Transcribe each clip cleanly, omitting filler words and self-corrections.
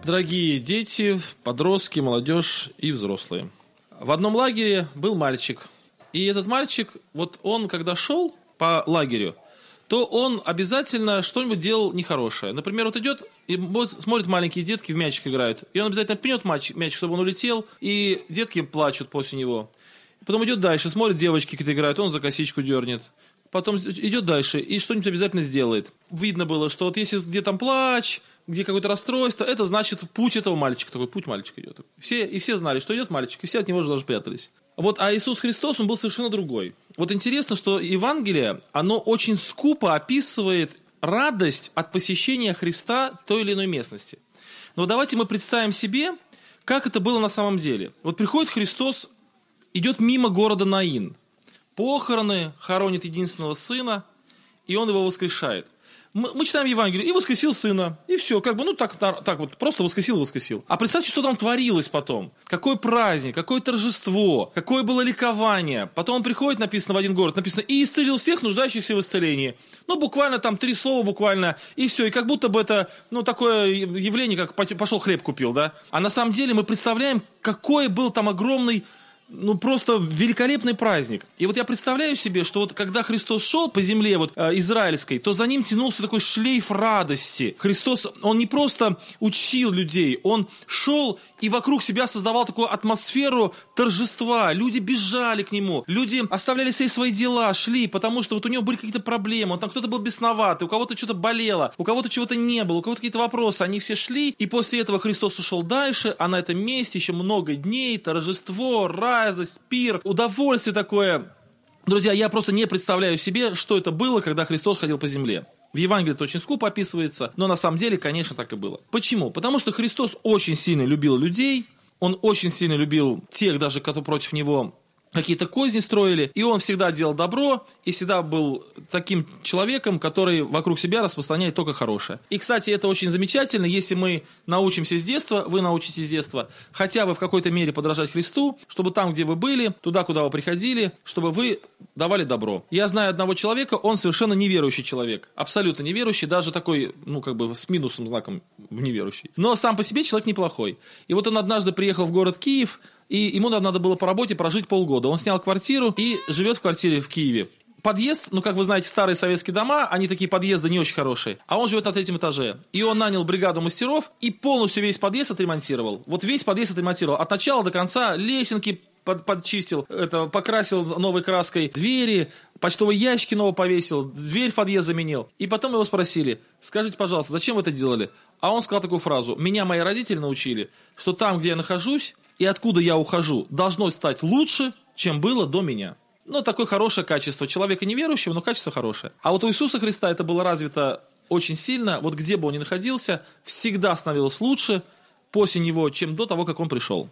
Дорогие дети, подростки, молодежь и взрослые. В одном лагере был мальчик. И этот мальчик, вот он, когда шел по лагерю, то он обязательно что-нибудь делал нехорошее. Например, вот идет и смотрит, маленькие детки в мячик играют. И он обязательно пнет мячик, чтобы он улетел, и детки плачут после него. Потом идет дальше, смотрит, девочки какие-то играют, он за косичку дернет. Потом идет дальше и что-нибудь обязательно сделает. Видно было, что вот если где там плач, где какое-то расстройство, это значит путь этого мальчика. Такой путь мальчика идет. Все знали, что идет мальчик, и все от него же даже прятались. Вот, а Иисус Христос, он был совершенно другой. Вот интересно, что Евангелие, оно очень скупо описывает радость от посещения Христа той или иной местности. Но давайте мы представим себе, как это было на самом деле. Вот приходит Христос, идет мимо города Наин. Похороны, хоронит единственного сына, и он его воскрешает. Мы читаем Евангелие, и воскресил сына, и все, так вот, просто воскресил. А представьте, что там творилось потом. Какой праздник, какое торжество, какое было ликование. Потом он приходит, написано в один город, написано, и исцелил всех нуждающихся в исцелении. Буквально там 3 слова буквально, и все. И как будто бы это, такое явление, как пошел хлеб купил, да. А на самом деле мы представляем, какой был там огромный, просто великолепный праздник. И вот я представляю себе, что вот когда Христос шел по земле израильской, то за ним тянулся такой шлейф радости. Христос, он не просто учил людей, он шел и вокруг себя создавал такую атмосферу торжества. Люди бежали к нему, люди оставляли все свои дела, шли, потому что вот у него были какие-то проблемы, там кто-то был бесноватый, у кого-то что-то болело, у кого-то чего-то не было, у кого-то какие-то вопросы. Они все шли, и после этого Христос ушел дальше, а на этом месте еще много дней, торжество, радость, пир, удовольствие такое. Друзья, я просто не представляю себе, что это было, когда Христос ходил по земле. В Евангелии это очень скупо описывается, но на самом деле, конечно, так и было. Почему? Потому что Христос очень сильно любил людей, он очень сильно любил тех, даже кто против него какие-то козни строили, и он всегда делал добро, и всегда был таким человеком, который вокруг себя распространяет только хорошее. И, кстати, это очень замечательно, если мы научимся с детства, вы научитесь с детства, хотя бы в какой-то мере подражать Христу, чтобы там, где вы были, туда, куда вы приходили, чтобы вы давали добро. Я знаю одного человека, он совершенно неверующий человек, абсолютно неверующий, даже такой, с минусом знаком в неверующий. Но сам по себе человек неплохой. И вот он однажды приехал в город Киев, и ему надо было по работе прожить полгода. Он снял квартиру и живет в квартире в Киеве. Подъезд, как вы знаете, старые советские дома, они такие подъезды не очень хорошие. А он живет на 3-м этаже. И он нанял бригаду мастеров и полностью весь подъезд отремонтировал. Вот весь подъезд отремонтировал. От начала до конца лесенки подчистил, покрасил новой краской двери, почтовые ящики новые повесил, дверь в подъезд заменил. И потом его спросили, скажите, пожалуйста, зачем вы это делали? А он сказал такую фразу, меня мои родители научили, что там, где я нахожусь и откуда я ухожу, должно стать лучше, чем было до меня. Такое хорошее качество человека неверующего, но качество хорошее. А вот у Иисуса Христа это было развито очень сильно, вот где бы он ни находился, всегда становилось лучше после него, чем до того, как он пришел.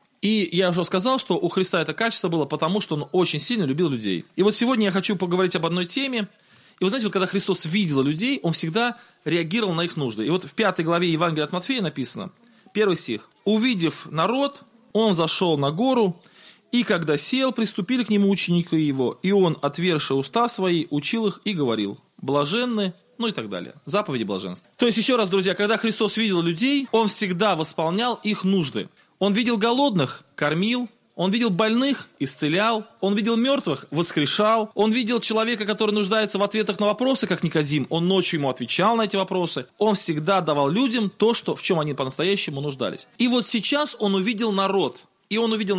И я уже сказал, что у Христа это качество было, потому что он очень сильно любил людей. И вот сегодня я хочу поговорить об одной теме. И вы знаете, когда Христос видел людей, он всегда реагировал на их нужды. И вот в 5 главе Евангелия от Матфея написано, 1 стих. «Увидев народ, он зашел на гору, и когда сел, приступили к нему ученики его, и он, отверши уста свои, учил их и говорил, блаженны». И так далее. Заповеди блаженства. То есть, еще раз, друзья, когда Христос видел людей, он всегда восполнял их нужды. Он видел голодных, кормил, он видел больных, исцелял, он видел мертвых, воскрешал, он видел человека, который нуждается в ответах на вопросы, как Никодим, он ночью ему отвечал на эти вопросы, он всегда давал людям то, в чем они по-настоящему нуждались. И вот сейчас он увидел народ, и он увидел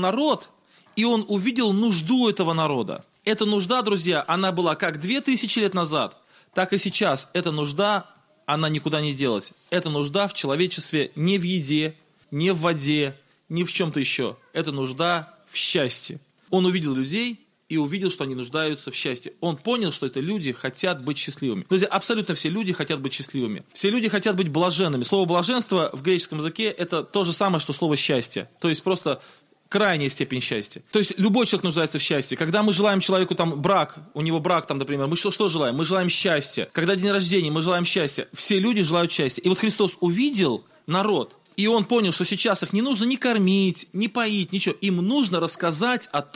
нужду этого народа. Эта нужда, друзья, она была как 2000 лет назад, так и сейчас. Эта нужда, она никуда не делась. Эта нужда в человечестве не в еде, не в воде, ни в чем-то еще. Это нужда в счастье. Он увидел людей и увидел, что они нуждаются в счастье. Он понял, что это люди хотят быть счастливыми. Друзья, абсолютно все люди хотят быть счастливыми. Все люди хотят быть блаженными. Слово блаженство в греческом языке это то же самое, что слово счастье. То есть просто крайняя степень счастья. То есть любой человек нуждается в счастье. Когда мы желаем человеку брак, у него брак например, мы что желаем? Мы желаем счастья. Когда день рождения, мы желаем счастья. Все люди желают счастья. И вот Христос увидел народ, и он понял, что сейчас их не нужно ни кормить, ни поить, ничего. Им нужно рассказать о том,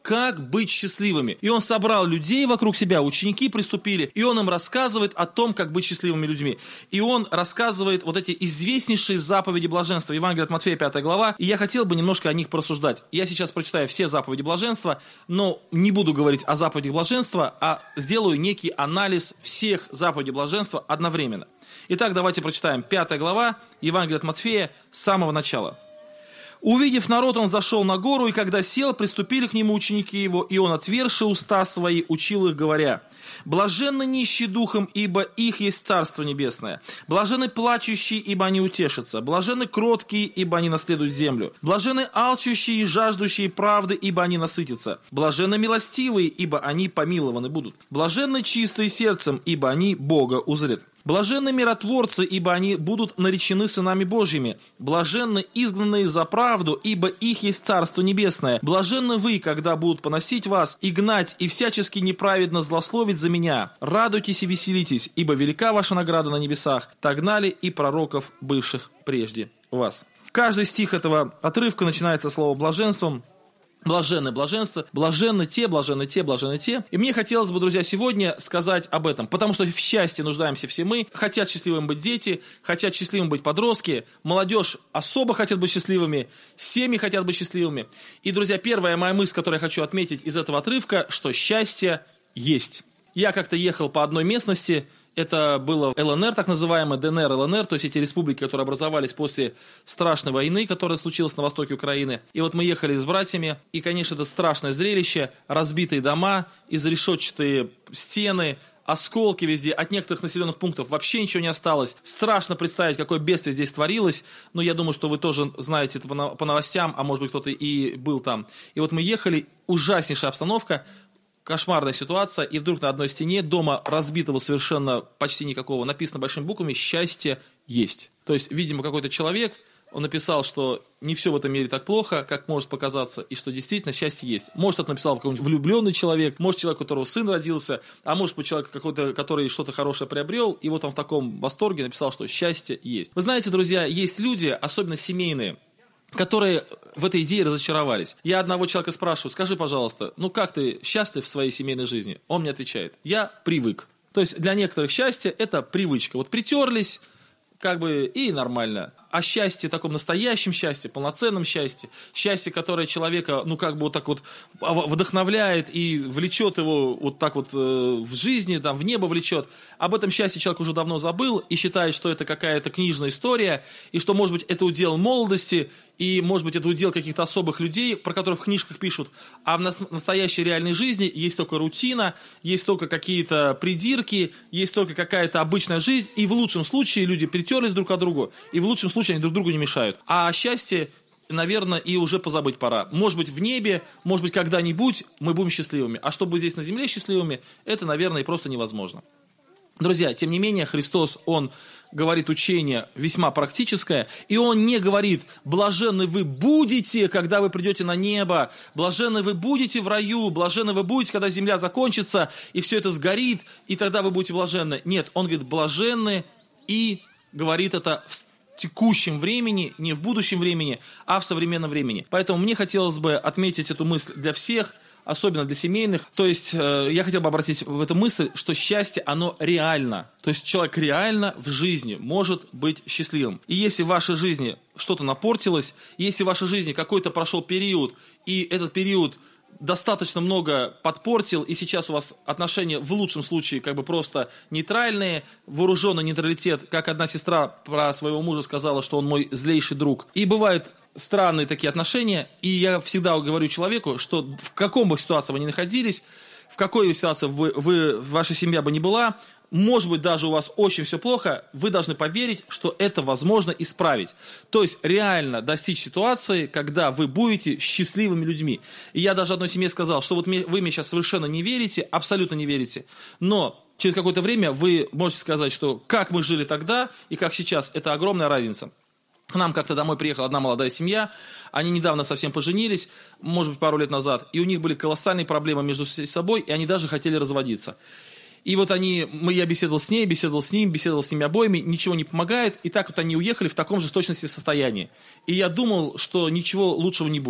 как быть счастливыми. И он собрал людей вокруг себя, ученики приступили, и он им рассказывает о том, как быть счастливыми людьми. И он рассказывает вот эти известнейшие заповеди блаженства. Евангелие от Матфея, 5 глава, и я хотел бы немножко о них порассуждать. Я сейчас прочитаю все заповеди блаженства, но не буду говорить о заповедях блаженства, а сделаю некий анализ всех заповедей блаженства одновременно. Итак, давайте прочитаем 5 глава, Евангелие от Матфея, с самого начала. «Увидев народ, он зашел на гору, и когда сел, приступили к нему ученики его, и он, отверши уста свои, учил их, говоря: блаженны нищие духом, ибо их есть Царство Небесное. Блаженны плачущие, ибо они утешатся. Блаженны кроткие, ибо они наследуют землю. Блаженны алчущие и жаждущие правды, ибо они насытятся. Блаженны милостивые, ибо они помилованы будут. Блаженны чистые сердцем, ибо они Бога узрят. Блаженны миротворцы, ибо они будут наречены сынами Божьими. Блаженны изгнанные за правду, ибо их есть Царство Небесное. Блаженны вы, когда будут поносить вас и гнать, и всячески неправедно злословить за меня. Радуйтесь и веселитесь, ибо велика ваша награда на небесах. Так гнали и пророков, бывших прежде вас». Каждый стих этого отрывка начинается словом «блаженством». Блаженны блаженство, блаженны те, блаженны те, блаженны те. И мне хотелось бы, друзья, сегодня сказать об этом, потому что в счастье нуждаемся все мы. Хотят счастливыми быть дети, хотят счастливыми быть подростки, молодежь особо хотят быть счастливыми, семьи хотят быть счастливыми. И, друзья, первая моя мысль, которую я хочу отметить из этого отрывка, что счастье есть. Я как-то ехал по одной местности. Это было ЛНР, так называемый, ДНР, ЛНР, то есть эти республики, которые образовались после страшной войны, которая случилась на востоке Украины. И вот мы ехали с братьями, и, конечно, это страшное зрелище, разбитые дома, изрешетчатые стены, осколки везде, от некоторых населенных пунктов вообще ничего не осталось. Страшно представить, какое бедствие здесь творилось, но я думаю, что вы тоже знаете это по новостям, а может быть кто-то и был там. И вот мы ехали, ужаснейшая обстановка, кошмарная ситуация, и вдруг на одной стене дома, разбитого совершенно почти никакого, написано большими буквами «Счастье есть». То есть, видимо, какой-то человек, он написал, что не все в этом мире так плохо, как может показаться, и что действительно счастье есть. Может, это написал какой-нибудь влюбленный человек, может, человек, у которого сын родился, а может быть, человек какой-то, который что-то хорошее приобрел, и вот он в таком восторге написал, что счастье есть. Вы знаете, друзья, есть люди, особенно семейные, которые в этой идее разочаровались. Я одного человека спрашиваю: скажи, пожалуйста, ну как ты счастлив в своей семейной жизни? Он мне отвечает: я привык. То есть для некоторых счастье – это привычка. Вот притерлись, как бы и нормально. О счастье, таком настоящем счастье, полноценном счастье, счастье, которое человека, ну, как бы вот так вот вдохновляет и влечет его вот так вот в жизни, там, в небо влечет. Об этом счастье человек уже давно забыл и считает, что это какая-то книжная история, и что, может быть, это удел молодости, и, может быть, это удел каких-то особых людей, про которых в книжках пишут. А в настоящей реальной жизни есть только рутина, есть только какие-то придирки, есть только какая-то обычная жизнь, и в лучшем случае люди притерлись друг к другу, и в лучшем случае они друг другу не мешают. А о счастье, наверное, и уже позабыть пора. Может быть, в небе, может быть, когда-нибудь мы будем счастливыми. А чтобы здесь на земле счастливыми, это, наверное, и просто невозможно. Друзья, тем не менее, Христос, Он говорит учение весьма практическое, и Он не говорит: блаженны вы будете, когда вы придете на небо, блаженны вы будете в раю, блаженны вы будете, когда земля закончится, и все это сгорит, и тогда вы будете блаженны. Нет, Он говорит: блаженны, и говорит это в текущем времени, не в будущем времени, а в современном времени. Поэтому мне хотелось бы отметить эту мысль для всех, особенно для семейных. То есть я хотел бы обратить в эту мысль, что счастье, оно реально. То есть человек реально в жизни может быть счастливым. И если в вашей жизни что-то напортилось, если в вашей жизни какой-то прошел период, и этот период достаточно много подпортил, и сейчас у вас отношения в лучшем случае как бы просто нейтральные, вооруженный нейтралитет, как одна сестра про своего мужа сказала, что он мой злейший друг. И бывают странные такие отношения, и я всегда говорю человеку, что в каком бы ситуации вы ни находились, в какой бы ситуации ваша семья бы ни была, может быть, даже у вас очень все плохо, вы должны поверить, что это возможно исправить. То есть реально достичь ситуации, когда вы будете счастливыми людьми. И я даже одной семье сказал, что вот вы мне сейчас совершенно не верите, абсолютно не верите, но через какое-то время вы можете сказать, что как мы жили тогда и как сейчас, это огромная разница. К нам как-то домой приехала одна молодая семья, они недавно совсем поженились, может быть, пару лет назад, и у них были колоссальные проблемы между собой, и они даже хотели разводиться. И вот я беседовал с ней, беседовал с ним, беседовал с ними обоими, ничего не помогает, и так вот они уехали в таком же точности состоянии. И я думал, что ничего лучшего не будет.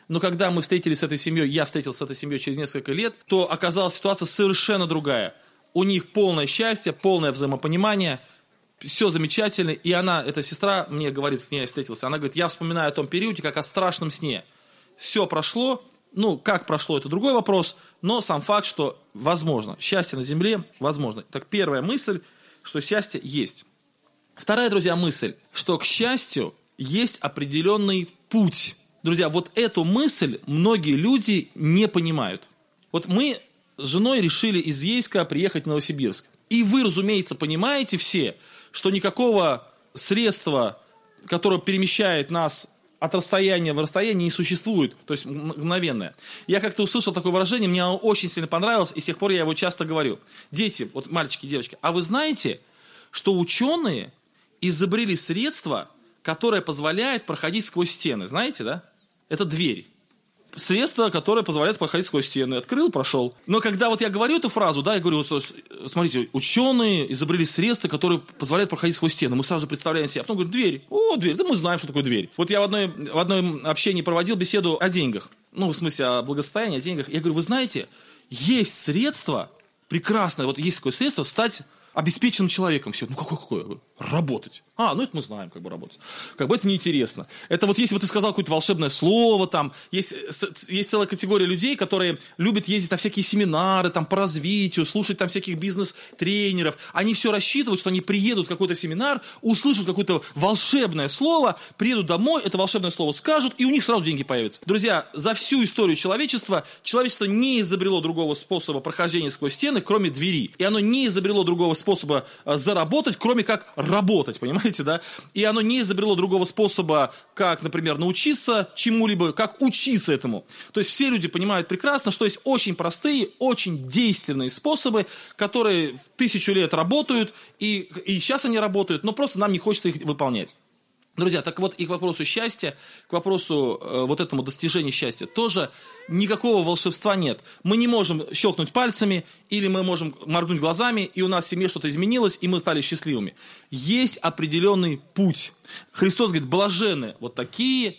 но когда мы встретились с этой семьей, я встретился с этой семьей через несколько лет, то оказалась ситуация совершенно другая. У них полное счастье, полное взаимопонимание, все замечательно. И она, эта сестра, мне говорит, с ней я встретился, она говорит, я вспоминаю о том периоде, как о страшном сне. Все прошло, ну, как прошло, это другой вопрос, но сам факт, что возможно, счастье на земле возможно. Так, первая мысль, что счастье есть. Вторая, друзья, мысль, что к счастью есть определенный путь. Друзья, вот эту мысль многие люди не понимают. Вот мы с женой решили из Ейска приехать в Новосибирск. И вы, разумеется, понимаете все, что никакого средства, которое перемещает нас от расстояния в расстояние, не существует, то есть мгновенное. Я как-то услышал такое выражение, мне оно очень сильно понравилось, и с тех пор я его часто говорю. Дети, вот мальчики, девочки, а вы знаете, что ученые изобрели средство, которое позволяет проходить сквозь стены? Знаете, да? Это дверь. Средство, которое позволяет проходить сквозь стены. Открыл, прошел. Но когда вот я говорю эту фразу, да, я говорю, вот, смотрите, ученые изобрели средство, которое позволяет проходить сквозь стены. Мы сразу представляем себе. А потом говорят, дверь. О, дверь. Да мы знаем, что такое дверь. Вот я в одном общении проводил беседу о деньгах. Ну, в смысле, о благосостоянии, о деньгах. Я говорю, вы знаете, есть средство прекрасное, вот есть такое средство стать обеспеченным человеком. Все, ну какое? Работать. Ну это мы знаем, как бы работать. Как бы это неинтересно. Это вот если бы ты сказал какое-то волшебное слово, там, есть целая категория людей, которые любят ездить на всякие семинары, там, по развитию, слушать там всяких бизнес-тренеров. Они все рассчитывают, что они приедут в какой-то семинар, услышат какое-то волшебное слово, приедут домой, это волшебное слово скажут, и у них сразу деньги появятся. Друзья, за всю историю человечество не изобрело другого способа прохождения сквозь стены, кроме двери. И оно не изобрело другого способа заработать, кроме как работать, понимаете, да? И оно не изобрело другого способа, как, например, научиться чему-либо, как учиться этому. То есть все люди понимают прекрасно, что есть очень простые, очень действенные способы, которые 1000 лет работают, и сейчас они работают, но просто нам не хочется их выполнять. Друзья, так вот и к вопросу счастья, к вопросу вот этому достижению счастья тоже никакого волшебства нет. Мы не можем щелкнуть пальцами, или мы можем моргнуть глазами, и у нас в семье что-то изменилось, и мы стали счастливыми. Есть определенный путь. Христос говорит, блаженны вот такие.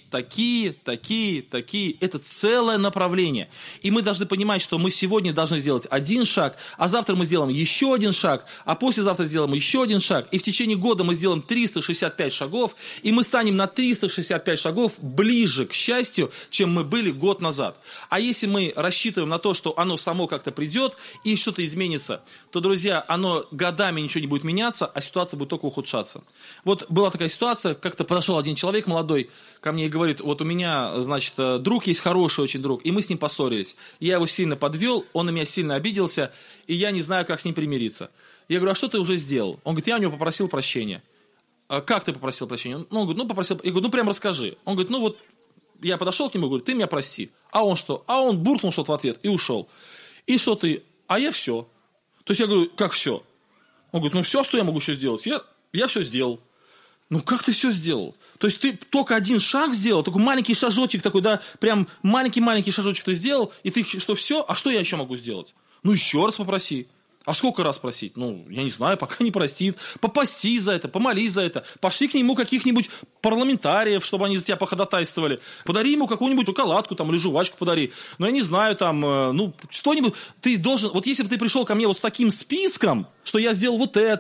Это целое направление. И мы должны понимать, что мы сегодня должны сделать один шаг, а завтра мы сделаем еще один шаг, а послезавтра сделаем еще один шаг. И в течение года мы сделаем 365 шагов, и мы станем на 365 шагов ближе к счастью, чем мы были год назад. А если мы рассчитываем на то, что оно само как-то придет и что-то изменится, то, друзья, оно годами ничего не будет меняться, а ситуация будет только ухудшаться. Вот была такая ситуация, как-то подошел один человек молодой ко мне и говорит, вот у меня, значит, друг есть, хороший очень друг, и мы с ним поссорились. Я его сильно подвел, он на меня сильно обиделся, и я не знаю, как с ним примириться. Я говорю, а что ты уже сделал? Он говорит, я у него попросил прощения. Как ты попросил прощения? Он говорит, попросил. Я говорю, прям расскажи. Он говорит, вот я подошел к нему и говорю, ты меня прости. А он что? А он буркнул что-то в ответ и ушел. И что ты? А я все. То есть я говорю, как все? Он говорит, все, что я могу еще сделать? Я все сделал. Как ты все сделал? То есть ты только один шаг сделал, такой маленький шажочек такой, да, прям маленький-маленький шажочек ты сделал, и ты что, все? А что я еще могу сделать? Еще раз попроси. А сколько раз просить? Я не знаю, пока не простит. Попасти за это, помолись за это. Пошли к нему каких-нибудь парламентариев, чтобы они за тебя походатайствовали. Подари ему какую-нибудь шоколадку там, или жвачку подари. Я не знаю, там, что-нибудь. Ты должен, вот если бы ты пришел ко мне вот с таким списком, что я сделал вот это,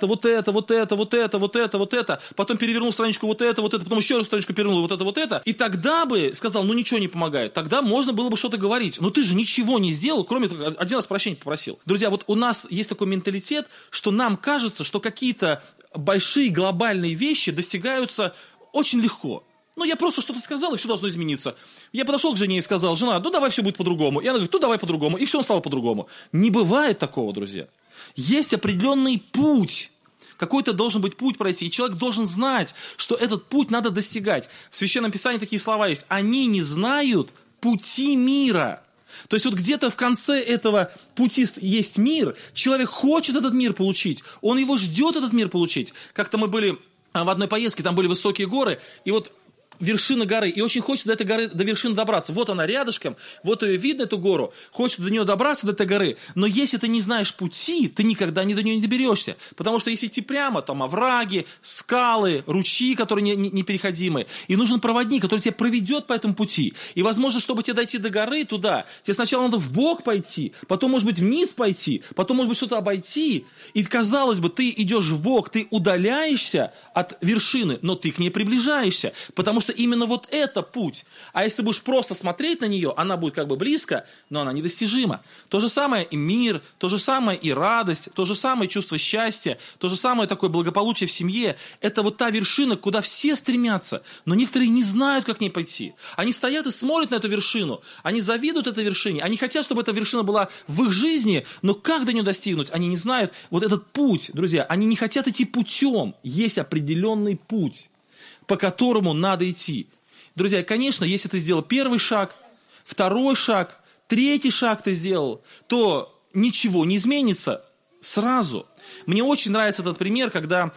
потом перевернул страничку вот это, потом еще раз страничку перевернул вот это, и тогда бы сказал, ничего не помогает. Тогда можно было бы что-то говорить. Но ты же ничего не сделал, кроме того, один раз прощения попросил. Друзья, вот у нас есть такой менталитет, что нам кажется, что какие-то большие глобальные вещи достигаются очень легко. Я просто что-то сказал, и все должно измениться. Я подошел к жене и сказал, жена, давай все будет по-другому. И она говорит, давай по-другому. И все стало по-другому. Не бывает такого, друзья. Есть определенный путь. Какой-то должен быть путь пройти. И человек должен знать, что этот путь надо достигать. В Священном Писании такие слова есть. Они не знают пути мира. То есть вот где-то в конце этого пути есть мир, человек хочет этот мир получить, он его ждет, этот мир получить. Как-то мы были в одной поездке, там были высокие горы, и вот вершина горы, и очень хочется до этой горы, до вершины добраться. Вот она рядышком, вот ее видно, эту гору, хочется до нее добраться, до этой горы, но если ты не знаешь пути, ты никогда до нее не доберешься, потому что если идти прямо, там овраги, скалы, ручьи, которые непереходимые, и нужен проводник, который тебя проведет по этому пути, и возможно, чтобы тебе дойти до горы, туда, тебе сначала надо вбок пойти, потом, может быть, вниз пойти, потом, может быть, что-то обойти, и, казалось бы, ты идешь вбок, ты удаляешься от вершины, но ты к ней приближаешься, потому что именно вот это путь. А если ты будешь просто смотреть на нее, она будет как бы близко, но она недостижима. То же самое и мир, то же самое и радость, то же самое чувство счастья, то же самое такое благополучие в семье. Это вот та вершина, куда все стремятся, но некоторые не знают, как к ней пойти. Они стоят и смотрят на эту вершину, они завидуют этой вершине, они хотят, чтобы эта вершина была в их жизни, но как до нее достигнуть, они не знают. Вот этот путь, друзья, они не хотят идти путем, есть определенный путь, по которому надо идти. Друзья, конечно, если ты сделал первый шаг, второй шаг, третий шаг ты сделал, то ничего не изменится сразу. Мне очень нравится этот пример, когда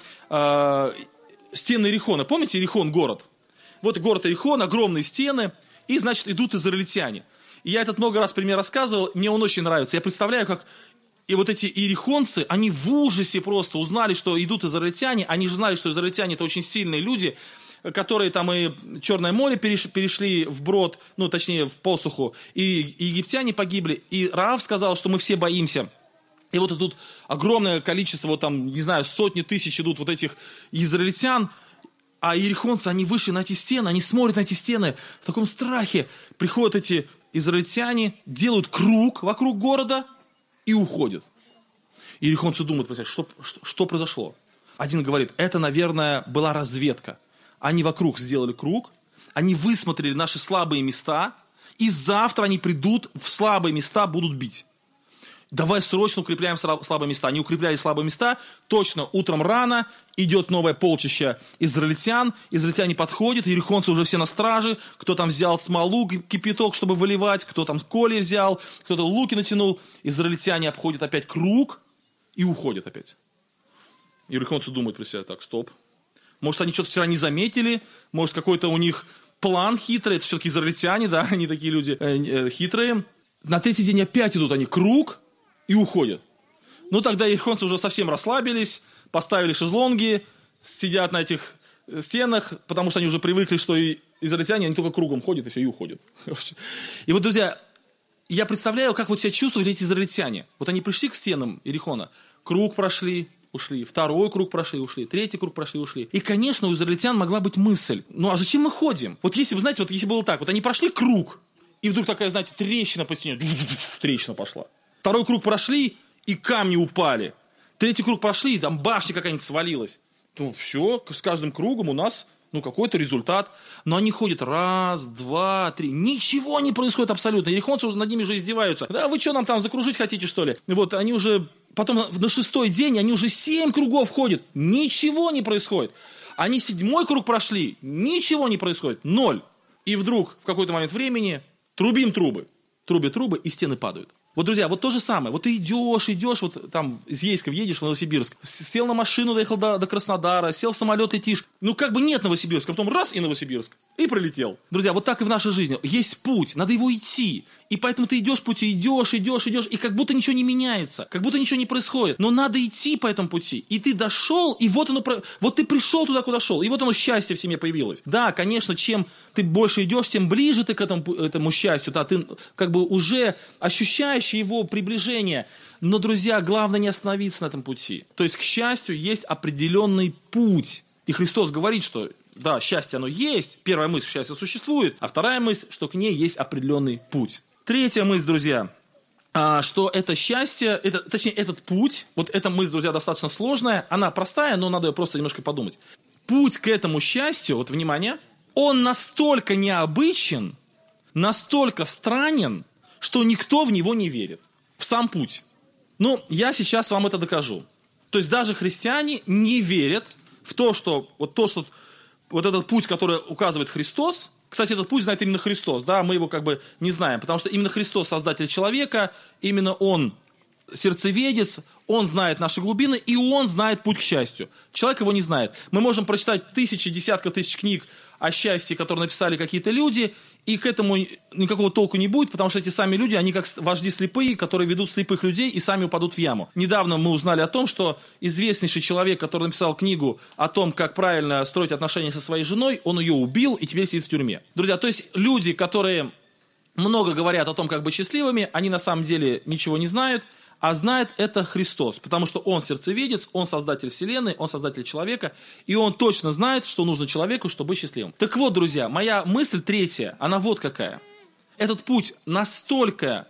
стены Иерихона, помните Иерихон город? Вот город Иерихон, огромные стены, и, значит, идут израильтяне. И я этот много раз пример рассказывал, мне он очень нравится. Я представляю, как и вот эти иерихонцы, они в ужасе просто узнали, что идут израильтяне, они же знали, что израильтяне это очень сильные люди, которые там и Черное море перешли вброд, ну, точнее, в посуху, и египтяне погибли, и Раав сказал, что мы все боимся. И вот тут огромное количество, вот там, не знаю, сотни тысяч идут вот этих израильтян, а иерихонцы, они вышли на эти стены, они смотрят на эти стены в таком страхе. Приходят эти израильтяне, делают круг вокруг города и уходят. Иерихонцы думают, что произошло. Один говорит, это, наверное, была разведка. Они вокруг сделали круг, они высмотрели наши слабые места, и завтра они придут в слабые места, будут бить. Давай срочно укрепляем слабые места. Они укрепляли слабые места, точно утром рано идет новое полчище израильтян, израильтяне подходят, иерихонцы уже все на страже, кто там взял смолу, кипяток, чтобы выливать, кто там коли взял, кто-то луки натянул, израильтяне обходят опять круг и уходят опять. Иерихонцы думают про себя, так, стоп. Может, они что-то вчера не заметили, может, какой-то у них план хитрый, это все-таки израильтяне, да, они такие люди хитрые. На третий день опять идут они круг и уходят. Ну, тогда иерихонцы уже совсем расслабились, поставили шезлонги, сидят на этих стенах, потому что они уже привыкли, что и израильтяне, они только кругом ходят и все, и уходят. И вот, друзья, я представляю, как вот себя чувствовали эти израильтяне. Вот они пришли к стенам Иерихона, круг прошли, ушли, второй круг прошли, ушли, третий круг прошли, ушли. И, конечно, у израильтян могла быть мысль, ну а зачем мы ходим? Вот если бы, знаете, вот если было так, вот они прошли круг, и вдруг такая, знаете, трещина по стене, трещина пошла. Второй круг прошли, и камни упали. Третий круг прошли, и там башня какая-нибудь свалилась. Ну все, с каждым кругом у нас какой-то результат. Но они ходят раз, два, три. Ничего не происходит абсолютно. Иерихонцы над ними уже издеваются. Да вы что, нам там закружить хотите, что ли? Вот они уже... Потом на 6-й день они уже 7 кругов ходят. Ничего не происходит. Они 7-й круг прошли. Ничего не происходит. 0. И вдруг в какой-то момент времени трубим трубы. Трубят трубы, и стены падают. Вот, друзья, вот то же самое. Вот ты идешь, вот там из Ейска едешь в Новосибирск, сел на машину, доехал до Краснодара, сел в самолет, летишь. Ну, как бы нет Новосибирска, потом раз и Новосибирск. И пролетел. Друзья, вот так и в нашей жизни. Есть путь, надо его идти. И поэтому ты идешь по пути, идешь, и как будто ничего не меняется, как будто ничего не происходит. Но надо идти по этому пути. И ты дошел, и вот ты пришел туда, куда шел. И вот оно, счастье в семье появилось. Да, конечно, чем ты больше идешь, тем ближе ты к этому счастью. Да, ты как бы уже ощущаешь его приближение. Но, друзья, главное не остановиться на этом пути. То есть к счастью есть определенный путь. И Христос говорит, что да, счастье оно есть. Первая мысль, счастье существует. А вторая мысль, что к ней есть определенный путь. Третья мысль, друзья, что это счастье, точнее, этот путь, вот эта мысль, друзья, достаточно сложная, она простая, но надо просто немножко подумать. Путь к этому счастью, вот внимание, он настолько необычен, настолько странен, что никто в него не верит. В сам путь. Ну, я сейчас вам это докажу. То есть даже христиане не верят в то, что вот этот путь, который указывает Христос. Кстати, этот путь знает именно Христос, да, мы его как бы не знаем, потому что именно Христос создатель человека, именно Он сердцеведец, Он знает наши глубины, и Он знает путь к счастью. Человек его не знает. Мы можем прочитать десятков тысяч книг о счастье, которое написали какие-то люди, и к этому никакого толку не будет, потому что эти сами люди, они как вожди слепые, которые ведут слепых людей и сами упадут в яму. Недавно мы узнали о том, что известнейший человек, который написал книгу о том, как правильно строить отношения со своей женой, он ее убил и теперь сидит в тюрьме. Друзья, то есть люди, которые много говорят о том, как быть счастливыми, они на самом деле ничего не знают, а знает это Христос, потому что Он сердцеведец, Он создатель вселенной, Он создатель человека, и Он точно знает, что нужно человеку, чтобы быть счастливым. Так вот, друзья, моя мысль третья, она вот какая. Этот путь настолько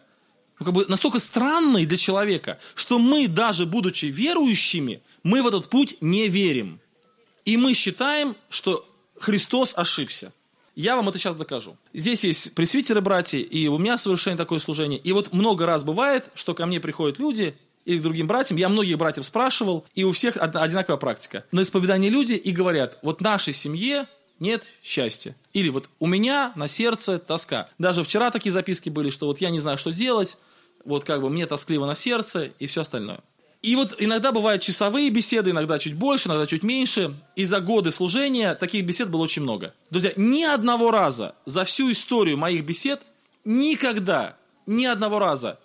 странный для человека, что мы, даже будучи верующими, мы в этот путь не верим. И мы считаем, что Христос ошибся. Я вам это сейчас докажу. Здесь есть пресвитеры, братья, и у меня совершенно такое служение. И вот много раз бывает, что ко мне приходят люди или к другим братьям, я многих братьев спрашивал, и у всех одинаковая практика. На исповедании люди и говорят, вот в нашей семье нет счастья. Или вот у меня на сердце тоска. Даже вчера такие записки были, что вот я не знаю, что делать, вот как бы мне тоскливо на сердце и все остальное. И вот иногда бывают часовые беседы, иногда чуть больше, иногда чуть меньше. И за годы служения таких бесед было очень много. Друзья, ни одного раза за всю историю моих бесед никогда, ни одного раза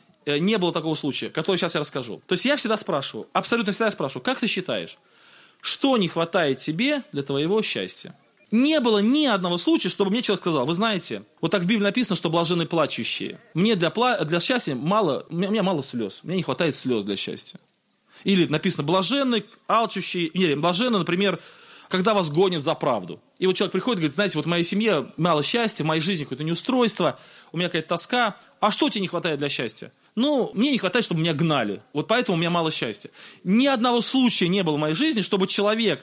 не было такого случая, который сейчас я расскажу. То есть я всегда спрашиваю, абсолютно всегда спрашиваю, как ты считаешь, что не хватает тебе для твоего счастья? Не было ни одного случая, чтобы мне человек сказал, вы знаете, вот так в Библии написано, что блаженны плачущие. Мне для счастья мало, у меня мало слез, мне не хватает слез для счастья. Или написано блаженны, алчущие, или блаженны, например, когда вас гонят за правду. И вот человек приходит и говорит, знаете, вот в моей семье мало счастья, в моей жизни какое-то неустройство, у меня какая-то тоска. А что тебе не хватает для счастья? Ну, мне не хватает, чтобы меня гнали. Вот поэтому у меня мало счастья. Ни одного случая не было в моей жизни, чтобы человек,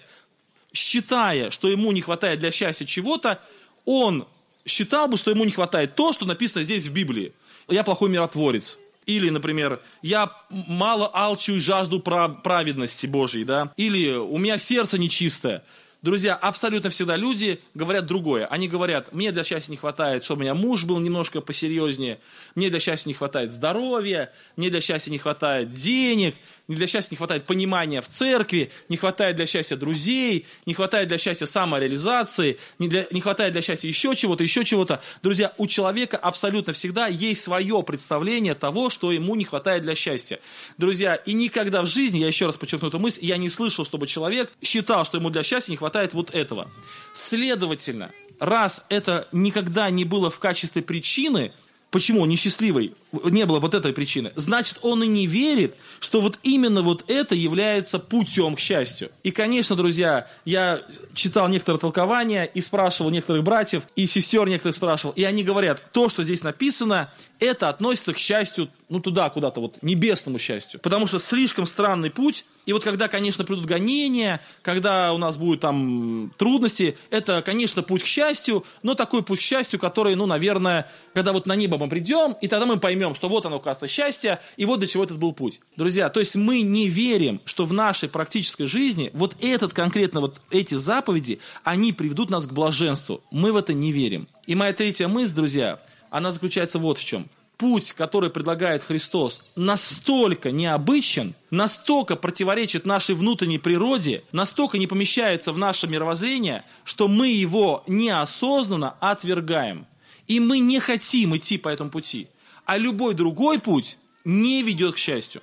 считая, что ему не хватает для счастья чего-то, он считал бы, что ему не хватает то, что написано здесь в Библии. Я плохой миротворец. Или, например, я мало алчу и жажду праведности Божьей, да? Или у меня сердце нечистое. Друзья, абсолютно всегда люди говорят другое. Они говорят, мне для счастья не хватает, чтобы у меня муж был немножко посерьезнее, мне для счастья не хватает здоровья, мне для счастья не хватает денег, мне для счастья не хватает понимания в церкви, не хватает для счастья друзей, не хватает для счастья самореализации, не хватает для счастья еще чего-то, еще чего-то. Друзья, у человека абсолютно всегда есть свое представление того, что ему не хватает для счастья. Друзья, и никогда в жизни, я еще раз подчеркну эту мысль, я не слышал, чтобы человек считал, что ему для счастья не хватает вот этого. Следовательно, раз это никогда не было в качестве причины, почему он несчастливый, не было вот этой причины, значит, он и не верит, что вот именно вот это является путем к счастью. И, конечно, друзья, я читал некоторые толкования и спрашивал некоторых братьев, и сестер некоторых спрашивал, и они говорят, то, что здесь написано, это относится к счастью, ну, туда, куда-то, вот, небесному счастью. Потому что слишком странный путь, и вот когда, конечно, придут гонения, когда у нас будут там трудности, это, конечно, путь к счастью, но такой путь к счастью, который, ну, наверное, когда вот на небо мы придем, и тогда мы поймем, что вот оно, оказывается, счастье, и вот для чего этот был путь. Друзья, то есть мы не верим, что в нашей практической жизни вот этот конкретно, вот эти заповеди, они приведут нас к блаженству. Мы в это не верим. И моя третья мысль, друзья, она заключается вот в чем. Путь, который предлагает Христос, настолько необычен, настолько противоречит нашей внутренней природе, настолько не помещается в наше мировоззрение, что мы его неосознанно отвергаем. И мы не хотим идти по этому пути. А любой другой путь не ведет к счастью.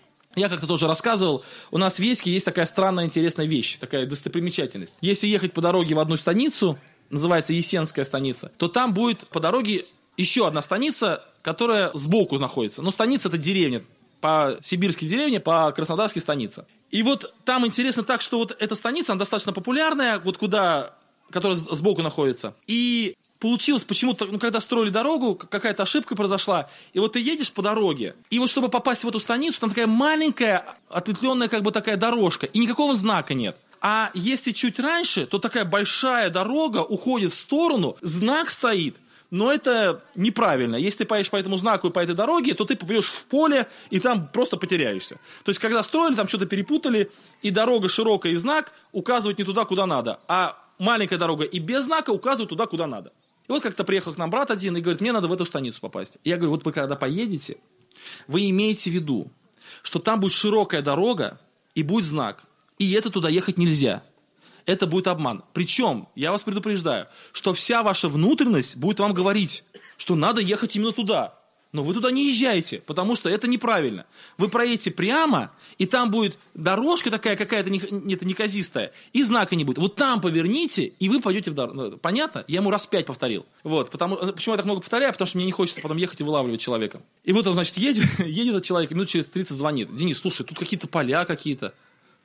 Я как-то тоже рассказывал, у нас в Веське есть такая странная интересная вещь, такая достопримечательность. Если ехать по дороге в одну станицу, называется Есенская станица, то там будет по дороге еще одна станица, которая сбоку находится. Но станица — это деревня, по сибирской деревне, по краснодарской станице. И вот там интересно так, что вот эта станица, она достаточно популярная, вот куда, которая сбоку находится. И получилось почему-то, ну, когда строили дорогу, какая-то ошибка произошла, и вот ты едешь по дороге, и вот чтобы попасть в эту станицу, там такая маленькая, ответвленная как бы такая дорожка, и никакого знака нет. А если чуть раньше, то такая большая дорога уходит в сторону, знак стоит, но это неправильно. Если ты поедешь по этому знаку и по этой дороге, то ты попадешь в поле, и там просто потеряешься. То есть, когда строили, там что-то перепутали, и дорога широкая, и знак указывают не туда, куда надо, а маленькая дорога и без знака указывают туда, куда надо. И вот как-то приехал к нам брат один и говорит, мне надо в эту станицу попасть. И я говорю, вот вы когда поедете, вы имеете в виду, что там будет широкая дорога и будет знак. И это туда ехать нельзя. это будет обман. Причем, я вас предупреждаю, что вся ваша внутренность будет вам говорить, что надо ехать именно туда. Но вы туда не езжайте, потому что это неправильно. Вы проедете прямо, и там будет дорожка такая какая-то неказистая, и знака не будет. Вот там поверните, и вы пойдете в дорогу. Понятно? Я ему раз 5 повторил. Вот, почему я так много повторяю? Потому что мне не хочется потом ехать и вылавливать человека. И вот он, значит, едет этот человек, и минут через 30 звонит. Денис, слушай, тут какие-то поля какие-то.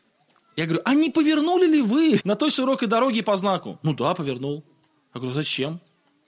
Я говорю, а не повернули ли вы на той широкой дороге по знаку? Ну да, повернул. Я говорю, зачем?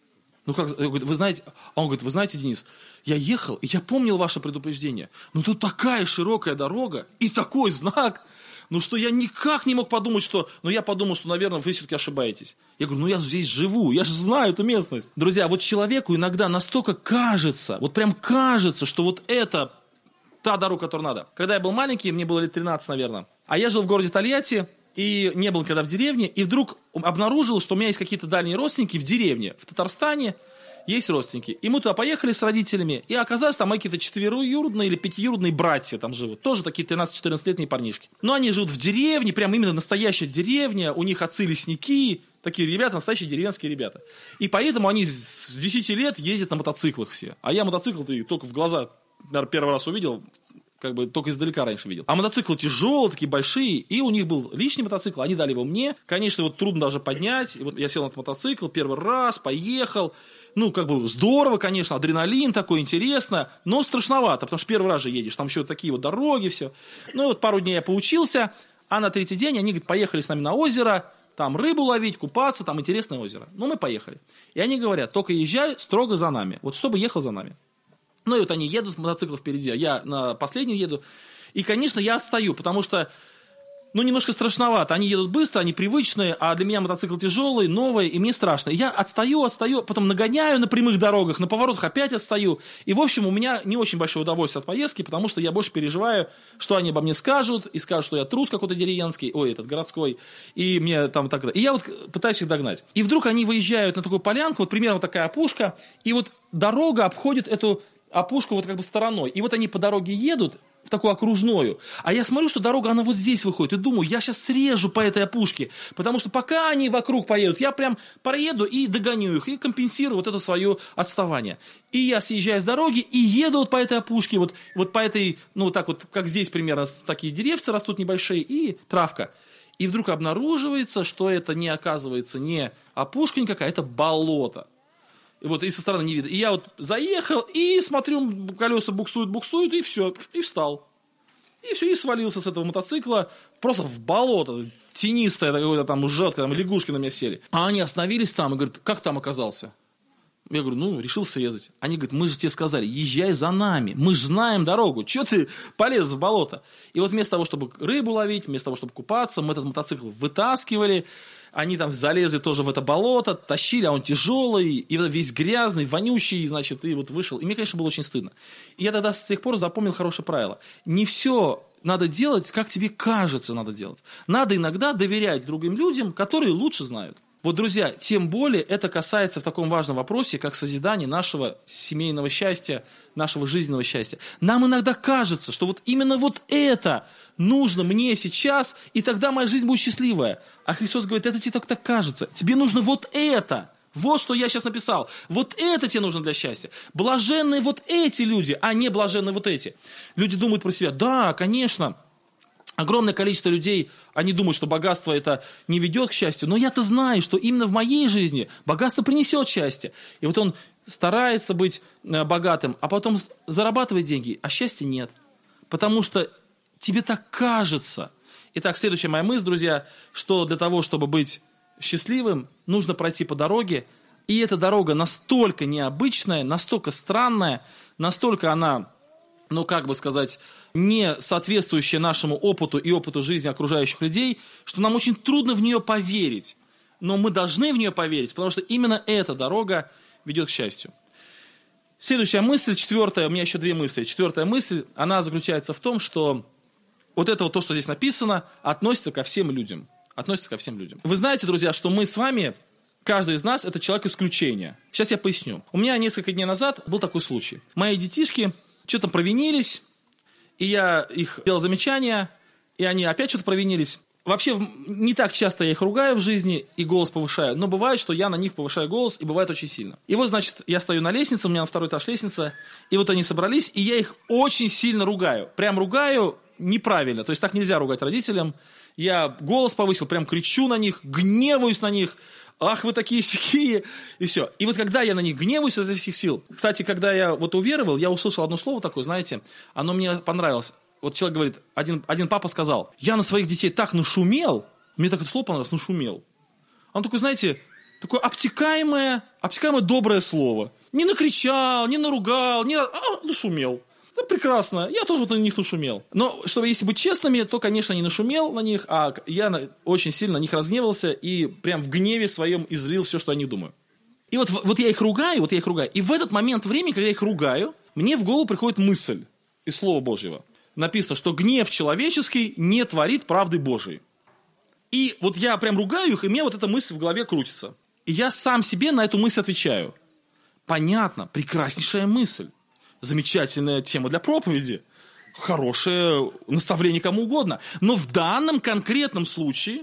Ну как, вы знаете, а он говорит, вы знаете, Денис, я ехал, и я помнил ваше предупреждение. Но тут такая широкая дорога и такой знак, ну что я никак не мог подумать, что... Ну я подумал, что, наверное, вы все-таки ошибаетесь. Я говорю, ну я здесь живу, я же знаю эту местность. Друзья, вот человеку иногда настолько кажется, вот прям кажется, что вот это та дорога, которую надо. Когда я был маленький, мне было лет 13, наверное, а я жил в городе Тольятти, и не был никогда в деревне, и вдруг обнаружил, что у меня есть какие-то дальние родственники в деревне, в Татарстане есть родственники. И мы туда поехали с родителями, и оказалось, там какие-то 4-юродные или 5-юродные братья там живут. Тоже такие 13-14-летние парнишки. Но они живут в деревне, прям именно настоящая деревня, у них отцы лесники, такие ребята, настоящие деревенские ребята. И поэтому они с 10 лет ездят на мотоциклах все. А я мотоцикл-то только в глаза, наверное, первый раз увидел, как бы только издалека раньше видел. А мотоциклы тяжелые, такие большие, и у них был личный мотоцикл, они дали его мне. Конечно, вот трудно даже поднять. И вот я сел на этот мотоцикл первый раз, поехал. Ну, как бы здорово, конечно, адреналин такой, интересно, но страшновато, потому что первый раз же едешь, там еще такие вот дороги, все. Ну, вот пару дней я поучился, а на третий день они, говорят, поехали с нами на озеро, там рыбу ловить, купаться, там интересное озеро. Ну, мы поехали. И они говорят, только езжай строго за нами, вот чтобы ехал за нами. Ну, и вот они едут с мотоцикла впереди, а я на последнем еду. И, конечно, я отстаю, потому что, ну, немножко страшновато. Они едут быстро, они привычные, а для меня мотоцикл тяжелый, новый, и мне страшно. И я отстаю, потом нагоняю на прямых дорогах, на поворотах опять отстаю. И, в общем, у меня не очень большое удовольствие от поездки, потому что я больше переживаю, что они обо мне скажут, и скажут, что я трус какой-то деревенский, городской, и мне там так. И я вот пытаюсь их догнать. И вдруг они выезжают на такую полянку, вот примерно вот такая опушка, и вот дорога обходит эту опушку вот как бы стороной. И вот они по дороге едут, в такую окружную. А я смотрю, что дорога, она вот здесь выходит. И думаю, я сейчас срежу по этой опушке. Потому что пока они вокруг поедут, я прям проеду и догоню их. И компенсирую вот это свое отставание. И я съезжаю с дороги и еду вот по этой опушке. Вот по этой, ну вот так вот, как здесь примерно, такие деревца растут небольшие и травка. И вдруг обнаруживается, что это не оказывается не опушка никакая, это болото. И вот и со стороны не видно. И я вот заехал, и смотрю, колеса буксуют, и все, и встал. И все, и свалился с этого мотоцикла просто в болото, тенистое какое-то там, жёсткое, там лягушки на меня сели. А они остановились там и говорят, как там оказался? Я говорю, ну, решил срезать. Они говорят, мы же тебе сказали, езжай за нами, мы же знаем дорогу, чего ты полез в болото? И вот вместо того, чтобы рыбу ловить, вместо того, чтобы купаться, мы этот мотоцикл вытаскивали. Они там залезли тоже в это болото, тащили, а он тяжелый, и весь грязный, вонючий, значит, и вот вышел. И мне, конечно, было очень стыдно. И я тогда с тех пор запомнил хорошее правило. Не все надо делать, как тебе кажется надо делать. Надо иногда доверять другим людям, которые лучше знают. Вот, друзья, тем более это касается в таком важном вопросе, как созидание нашего семейного счастья, нашего жизненного счастья. Нам иногда кажется, что вот именно вот это нужно мне сейчас, и тогда моя жизнь будет счастливая. А Христос говорит, это тебе только так кажется. Тебе нужно вот это. Вот что я сейчас написал. Вот это тебе нужно для счастья. Блаженные вот эти люди, а не блаженные вот эти. Люди думают про себя, да, конечно. Огромное количество людей, они думают, что богатство это не ведет к счастью, но я-то знаю, что именно в моей жизни богатство принесет счастье. И вот он старается быть богатым, а потом зарабатывает деньги, а счастья нет. Потому что тебе так кажется. Итак, следующая моя мысль, друзья, что для того, чтобы быть счастливым, нужно пройти по дороге, и эта дорога настолько необычная, настолько странная, настолько она, ну, как бы сказать, не соответствующая нашему опыту и опыту жизни окружающих людей, что нам очень трудно в нее поверить. Но мы должны в нее поверить, потому что именно эта дорога ведет к счастью. Следующая мысль, четвертая, у меня еще две мысли. Четвертая мысль, она заключается в том, что вот это вот то, что здесь написано, относится ко всем людям. Относится ко всем людям. Вы знаете, друзья, что мы с вами, каждый из нас, это человек исключения. Сейчас я поясню. У меня несколько дней назад был такой случай. Мои детишки что-то провинились, и я их делал замечания, и они опять что-то провинились. вообще не так часто я их ругаю в жизни и голос повышаю, но бывает, что я на них повышаю голос, и бывает очень сильно. И вот, значит, я стою на лестнице, у меня на второй этаж лестница, и вот они собрались, и я их очень сильно ругаю. Прям ругаю неправильно, то есть так нельзя ругать родителям. Я голос повысил, прям кричу на них, гневаюсь на них. Ах, вы такие сякие, и все. И вот когда я на них гневаюсь изо всех сил, кстати, когда я вот уверовал, я услышал одно слово такое, знаете, оно мне понравилось. Вот человек говорит, один папа сказал, я на своих детей так нашумел, мне так это слово понравилось, нашумел. Он такой, знаете, такое обтекаемое доброе слово. Не накричал, не наругал, нашумел. Это прекрасно, я тоже вот на них нашумел. Но, чтобы если быть честными, то, конечно, не нашумел на них, а я очень сильно на них разгневался и прям в гневе своем излил все, что о них думаю. И вот я их ругаю, и в этот момент времени, когда я их ругаю, мне в голову приходит мысль из Слова Божьего. Написано, что гнев человеческий не творит правды Божией. И вот я прям ругаю их, и мне вот эта мысль в голове крутится. И я сам себе на эту мысль отвечаю. Понятно, прекраснейшая мысль. Замечательная тема для проповеди. Хорошее наставление кому угодно. Но в данном конкретном случае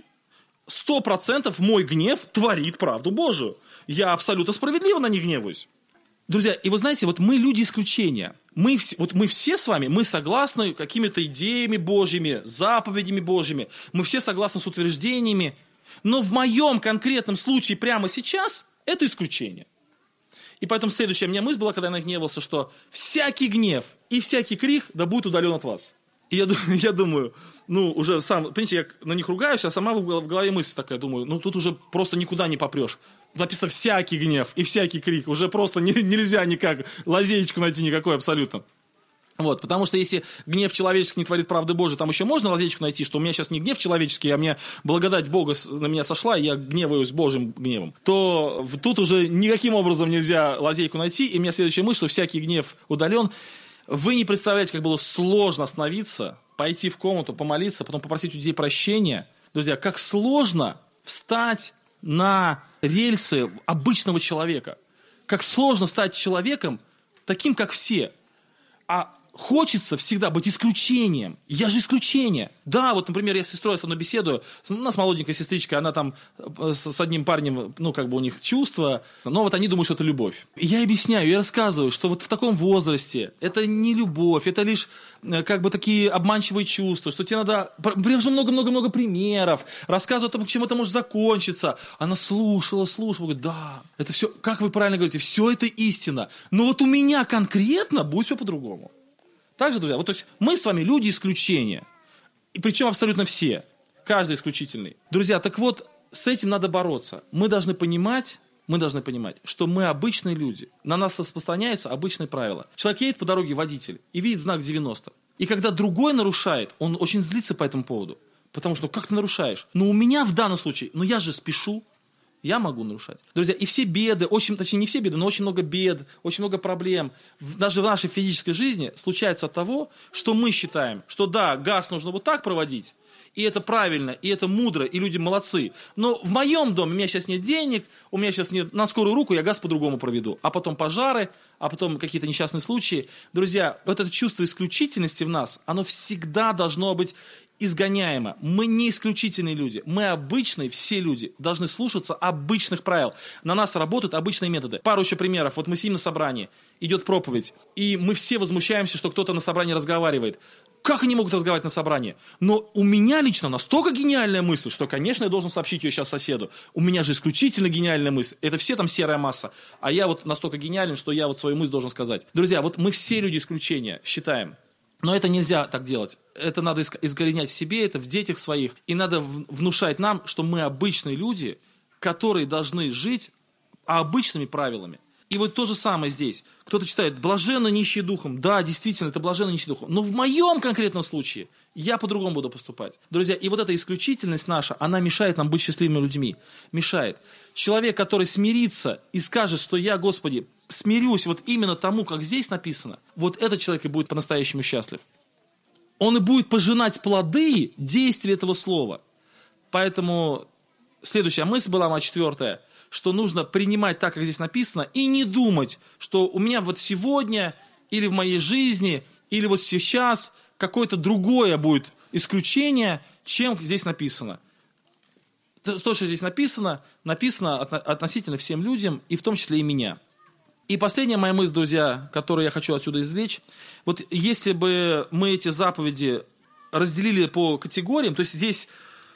100% мой гнев творит правду Божию. Я абсолютно справедливо на них гневаюсь. Друзья, и вы знаете, вот мы люди исключения. Мы все с вами, мы согласны какими-то идеями Божьими, заповедями Божьими. Мы все согласны с утверждениями. Но в моем конкретном случае прямо сейчас это исключение. И поэтому следующая у меня мысль была, когда я нагневался, что всякий гнев и всякий крик да будет удален от вас. И я думаю, уже сам, понимаете, я на них ругаюсь, а сама в голове мысль такая, думаю, тут уже просто никуда не попрешь. Написано всякий гнев и всякий крик, уже просто нельзя никак лазеечку найти никакой абсолютно. Вот, потому что если гнев человеческий не творит правды Божией, там еще можно лазеечку найти, что у меня сейчас не гнев человеческий, а мне благодать Бога на меня сошла, и я гневаюсь Божьим гневом, то тут уже никаким образом нельзя лазейку найти, и у меня следующая мысль, что всякий гнев удален. Вы не представляете, как было сложно остановиться, пойти в комнату, помолиться, потом попросить у людей прощения. Друзья, как сложно встать на рельсы обычного человека. Как сложно стать человеком таким, как все. А хочется всегда быть исключением. Я же исключение. Да, вот, например, я с сестрой со мной беседую, у нас молоденькая сестричка, она там с одним парнем, у них чувства, но вот они думают, что это любовь. И я объясняю, я рассказываю, что вот в таком возрасте это не любовь, это лишь такие обманчивые чувства, что тебе надо, привожу много-много-много примеров, рассказываю о том, чем это может закончиться. Она слушала, говорит, да, это все, как вы правильно говорите, все это истина, но вот у меня конкретно будет все по-другому. Также, друзья, то есть мы с вами люди исключения. И причем абсолютно все. Каждый исключительный. Друзья, так вот, с этим надо бороться. Мы должны понимать, что мы обычные люди. На нас распространяются обычные правила. Человек едет по дороге, водитель, и видит знак 90. И когда другой нарушает, он очень злится по этому поводу. Потому что, как ты нарушаешь? У меня в данном случае, я же спешу. Я могу нарушать. Друзья, и все беды, точнее не все беды, но очень много бед, очень много проблем, даже в нашей физической жизни случается от того, что мы считаем, что да, газ нужно вот так проводить, и это правильно, и это мудро, и люди молодцы. Но в моем доме у меня сейчас нет денег, у меня сейчас нет на скорую руку, я газ по-другому проведу. А потом пожары, а потом какие-то несчастные случаи. Друзья, вот это чувство исключительности в нас, оно всегда должно быть изгоняемо. Мы не исключительные люди. Мы обычные, все люди должны слушаться обычных правил. На нас работают обычные методы. Пару еще примеров. Вот мы сидим на собрании, идет проповедь, и мы все возмущаемся, что кто-то на собрании разговаривает. Как они могут разговаривать на собрании? Но у меня лично настолько гениальная мысль, что, конечно, я должен сообщить ее сейчас соседу. У меня же исключительно гениальная мысль. Это все там серая масса. А я вот настолько гениален, что я вот свою мысль должен сказать. Друзья, вот мы все люди исключения, считаем. Но это нельзя так делать. Это надо искоренять в себе, это в детях своих. И надо внушать нам, что мы обычные люди, которые должны жить обычными правилами. И вот то же самое здесь. Кто-то читает «блаженно нищие духом». Да, действительно, это блаженно нищие духом. Но в моем конкретном случае я по-другому буду поступать. Друзья, и вот эта исключительность наша, она мешает нам быть счастливыми людьми. Мешает. Человек, который смирится и скажет, что я, Господи, смирюсь вот именно тому, как здесь написано, вот этот человек и будет по-настоящему счастлив. Он и будет пожинать плоды действия этого слова. Поэтому следующая мысль была моя 4, что нужно принимать так, как здесь написано, и не думать, что у меня вот сегодня, или в моей жизни, или вот сейчас какое-то другое будет исключение, чем здесь написано. То, что здесь написано относительно всем людям, и в том числе и меня. И последняя моя мысль, друзья, которую я хочу отсюда извлечь. Вот если бы мы эти заповеди разделили по категориям, то есть здесь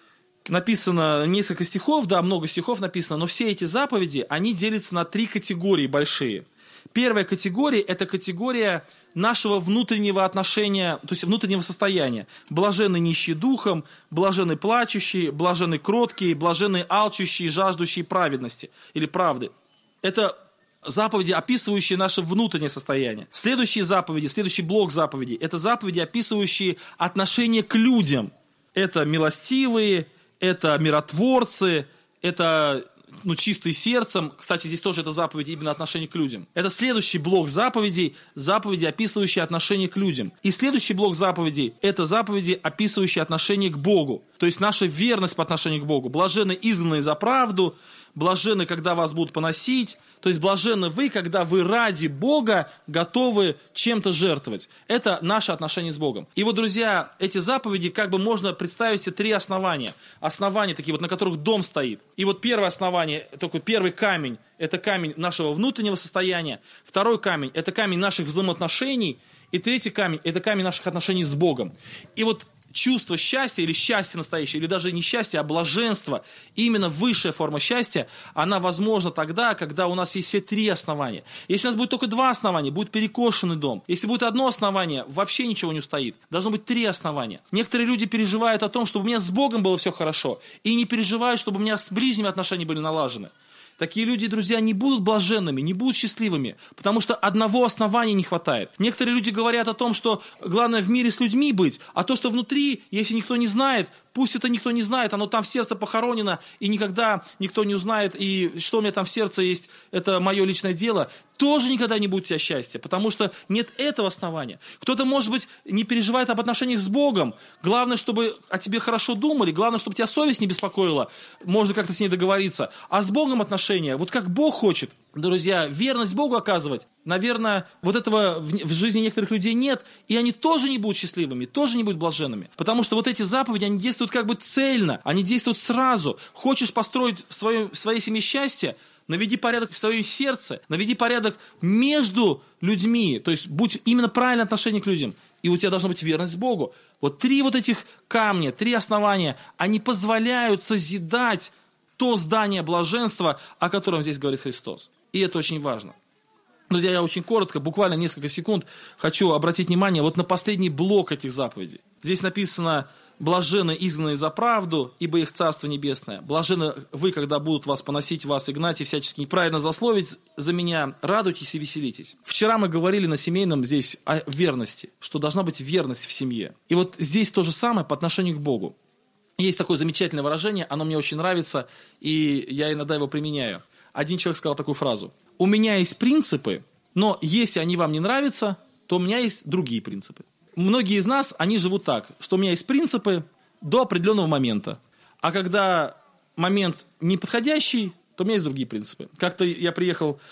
написано несколько стихов, да, много стихов написано, но все эти заповеди, они делятся на 3 категории большие. Первая категория – это категория нашего внутреннего отношения, то есть внутреннего состояния. Блаженны нищие духом, блаженны плачущие, блаженны кроткие, блаженны алчущие, жаждущие праведности или правды. Это заповеди, описывающие наше внутреннее состояние. Следующие заповеди, следующий блок заповедей – это заповеди, описывающие отношение к людям. Это милостивые, это миротворцы, это чистые сердцем. Кстати, здесь тоже это заповеди именно отношение к людям. Это следующий блок заповедей, заповеди, описывающие отношение к людям. И следующий блок заповедей – это заповеди, описывающие отношение к Богу. То есть наша верность по отношению к Богу. Блаженны изгнанные за правду, блаженны, когда вас будут поносить. То есть блаженны вы, когда вы ради Бога готовы чем-то жертвовать. Это наше отношение с Богом. И вот, друзья, эти заповеди как бы можно представить себе 3 основания. Основания такие вот, на которых дом стоит. И вот первое основание, такой первый камень, это камень нашего внутреннего состояния. Второй камень, это камень наших взаимоотношений. И третий камень, это камень наших отношений с Богом. И вот чувство счастья или счастье настоящее, или даже не счастье, а блаженство, именно высшая форма счастья, она возможна тогда, когда у нас есть все 3 основания. Если у нас будет только 2 основания, будет перекошенный дом. Если будет одно основание, вообще ничего не устоит. Должно быть 3 основания. Некоторые люди переживают о том, чтобы у меня с Богом было все хорошо, и не переживают, чтобы у меня с ближними отношения были налажены. Такие люди, друзья, не будут блаженными, не будут счастливыми, потому что одного основания не хватает. Некоторые люди говорят о том, что главное в мире с людьми быть, а то, что внутри, если никто не знает, пусть это никто не знает, оно там в сердце похоронено, и никогда никто не узнает, и что у меня там в сердце есть, это мое личное дело, тоже никогда не будет у тебя счастья, потому что нет этого основания. Кто-то, может быть, не переживает об отношениях с Богом. Главное, чтобы о тебе хорошо думали, главное, чтобы тебя совесть не беспокоила, можно как-то с ней договориться. А с Богом отношения, вот как Бог хочет. Друзья, верность Богу оказывать, наверное, вот этого в жизни некоторых людей нет, и они тоже не будут счастливыми, тоже не будут блаженными. Потому что вот эти заповеди, они действуют как бы цельно, они действуют сразу. Хочешь построить в своей семье счастье, наведи порядок в своем сердце, наведи порядок между людьми, то есть будь именно правильное отношение к людям, и у тебя должна быть верность Богу. Вот 3 вот этих камня, 3 основания, они позволяют созидать то здание блаженства, о котором здесь говорит Христос. И это очень важно. Друзья, я очень коротко, буквально несколько секунд, хочу обратить внимание вот на последний блок этих заповедей. Здесь написано: «Блаженны изгнанные за правду, ибо их Царство Небесное. Блаженны вы, когда будут вас поносить, вас и гнать, и всячески неправильно злословить за меня. Радуйтесь и веселитесь». Вчера мы говорили на семейном здесь о верности, что должна быть верность в семье. И вот здесь то же самое по отношению к Богу. Есть такое замечательное выражение, оно мне очень нравится, и я иногда его применяю. Один человек сказал такую фразу: «У меня есть принципы, но если они вам не нравятся, то у меня есть другие принципы». Многие из нас, они живут так, что у меня есть принципы до определенного момента, а когда момент неподходящий, то у меня есть другие принципы. Как-то я приехал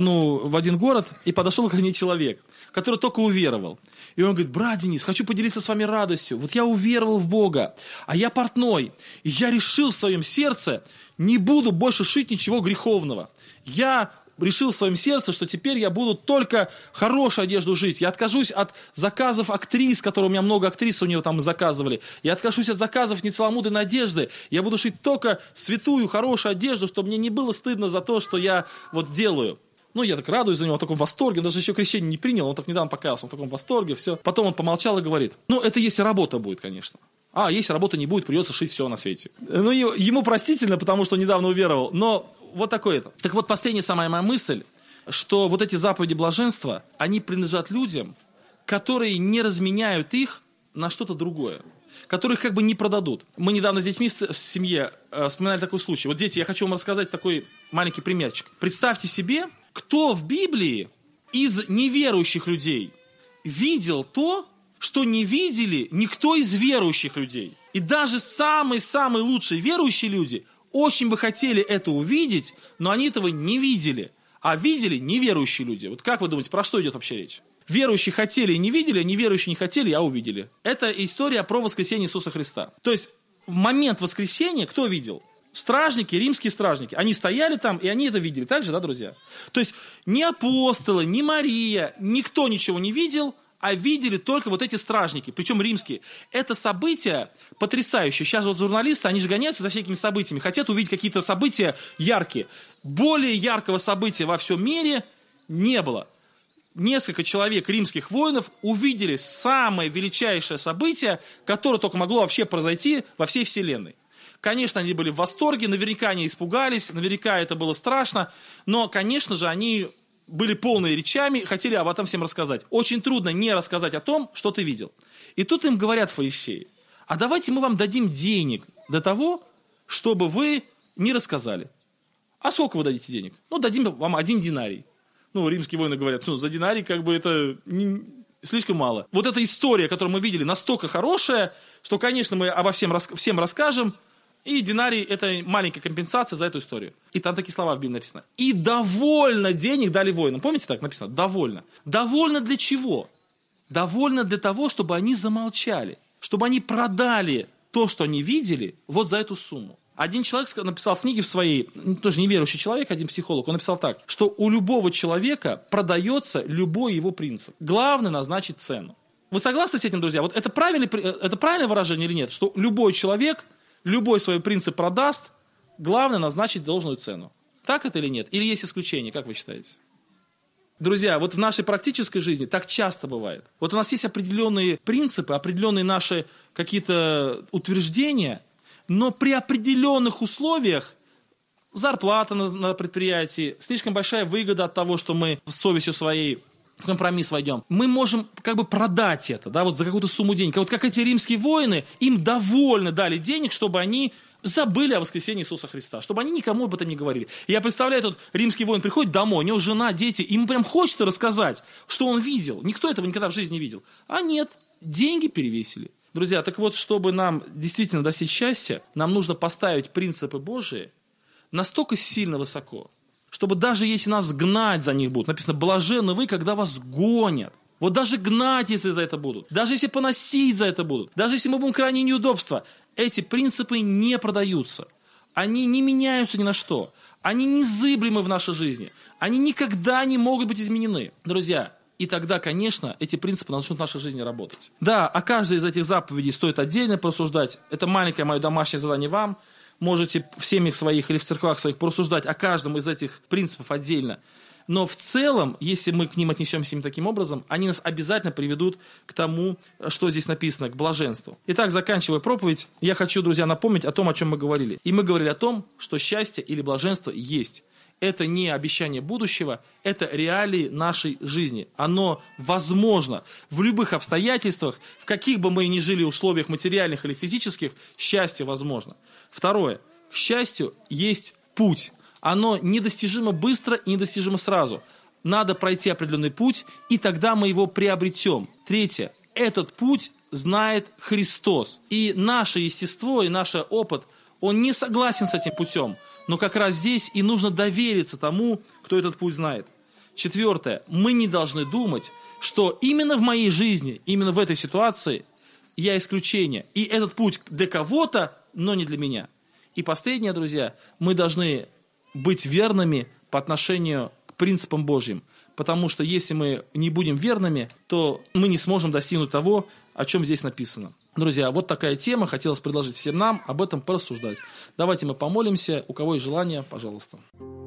в один город, и подошел ко мне человек, который только уверовал. И он говорит: «Брат Денис, хочу поделиться с вами радостью. Вот я уверовал в Бога, а я портной, и я решил в своем сердце, не буду больше шить ничего греховного. Я решил в своем сердце, что теперь я буду только хорошую одежду шить. Я откажусь от заказов актрис, которые у меня много актрис у него там заказывали. Я откажусь от заказов нецеломудренной одежды. Я буду шить только святую, хорошую одежду, чтобы мне не было стыдно за то, что я вот делаю». Ну, я так радуюсь за него, в таком восторге. Он даже еще крещение не принял, он так недавно покаялся, он в таком восторге, все. Потом он помолчал и говорит: «Ну, это если работа будет, конечно. А если работы не будет, придется шить все на свете». Ну, ему простительно, потому что он недавно уверовал, но вот такое это. Так вот, последняя самая моя мысль, что вот эти заповеди блаженства, они принадлежат людям, которые не разменяют их на что-то другое, которые их как бы не продадут. Мы недавно с детьми в семье вспоминали такой случай. Вот, дети, я хочу вам рассказать такой маленький примерчик. Представьте себе, кто в Библии из неверующих людей видел то, что не видели никто из верующих людей. И даже самые-самые лучшие верующие люди очень бы хотели это увидеть, но они этого не видели. А видели неверующие люди. Вот как вы думаете, про что идет вообще речь? Верующие хотели и не видели, а неверующие не хотели, а увидели. Это история про воскресение Иисуса Христа. То есть в момент воскресения кто видел? Стражники, римские стражники, они стояли там, и они это видели. Так же, да, друзья? То есть ни апостолы, ни Мария, никто ничего не видел, а видели только вот эти стражники, причем римские. Это событие потрясающее. Сейчас вот журналисты, они же гоняются за всякими событиями, хотят увидеть какие-то события яркие. Более яркого события во всем мире не было. Несколько человек, римских воинов, увидели самое величайшее событие, которое только могло вообще произойти во всей вселенной. Конечно, они были в восторге, наверняка они испугались, наверняка это было страшно, но, конечно же, они были полные речами, хотели об этом всем рассказать. Очень трудно не рассказать о том, что ты видел. И тут им говорят фарисеи: а давайте мы вам дадим денег для того, чтобы вы не рассказали. А сколько вы дадите денег? Ну, дадим вам 1 динарий. Ну, римские воины говорят, за динарий как бы это слишком мало. Вот эта история, которую мы видели, настолько хорошая, что, конечно, мы обо всем расскажем, и динарий – это маленькая компенсация за эту историю. И там такие слова в Библии написано. И довольно денег дали воинам. Помните, так написано? Довольно. Довольно для чего? Довольно для того, чтобы они замолчали. Чтобы они продали то, что они видели, вот за эту сумму. Один человек написал в книге в своей, тоже неверующий человек, один психолог, он написал так, что у любого человека продается любой его принцип. Главное назначить цену. Вы согласны с этим, друзья? Вот это правильное выражение или нет? Что любой человек любой свой принцип продаст, главное назначить должную цену. Так это или нет? Или есть исключения, как вы считаете? Друзья, вот в нашей практической жизни так часто бывает. Вот у нас есть определенные принципы, определенные наши какие-то утверждения, но при определенных условиях зарплата на предприятии, слишком большая выгода от того, что мы с совестью своей в компромисс войдем, мы можем как бы продать это, да, вот за какую-то сумму денег. Вот как эти римские воины, им довольно дали денег, чтобы они забыли о воскресении Иисуса Христа, чтобы они никому об этом не говорили. И я представляю, этот римский воин приходит домой, у него жена, дети, ему прям хочется рассказать, что он видел. Никто этого никогда в жизни не видел. А нет, деньги перевесили. Друзья, так вот, чтобы нам действительно достичь счастья, нам нужно поставить принципы Божии настолько сильно высоко, чтобы даже если нас гнать за них будут, написано, блаженны вы, когда вас гонят. Вот даже гнать, если за это будут, даже если поносить за это будут, даже если мы будем крайне неудобства, эти принципы не продаются. Они не меняются ни на что. Они незыблемы в нашей жизни. Они никогда не могут быть изменены. Друзья, и тогда, конечно, эти принципы начнут в нашей жизни работать. Да, о каждой из этих заповедей стоит отдельно порассуждать. Это маленькое мое домашнее задание вам. Можете в семьях своих или в церквах своих порассуждать о каждом из этих принципов отдельно. Но в целом, если мы к ним отнесемся именно таким образом, они нас обязательно приведут к тому, что здесь написано, к блаженству. Итак, заканчивая проповедь, я хочу, друзья, напомнить о том, о чем мы говорили. И мы говорили о том, что счастье или блаженство есть. Это не обещание будущего, это реалии нашей жизни. Оно возможно в любых обстоятельствах, в каких бы мы ни жили условиях материальных или физических, счастье возможно. Второе. К счастью есть путь. Оно недостижимо быстро и недостижимо сразу. Надо пройти определенный путь, и тогда мы его приобретем. Третье. Этот путь знает Христос. И наше естество, и наш опыт, он не согласен с этим путем. Но как раз здесь и нужно довериться тому, кто этот путь знает. Четвертое. Мы не должны думать, что именно в моей жизни, именно в этой ситуации я исключение. И этот путь для кого-то, но не для меня. И последнее, друзья, мы должны быть верными по отношению к принципам Божьим. Потому что если мы не будем верными, то мы не сможем достигнуть того, о чем здесь написано. Друзья, вот такая тема. Хотелось предложить всем нам об этом порассуждать. Давайте мы помолимся. У кого есть желание, пожалуйста.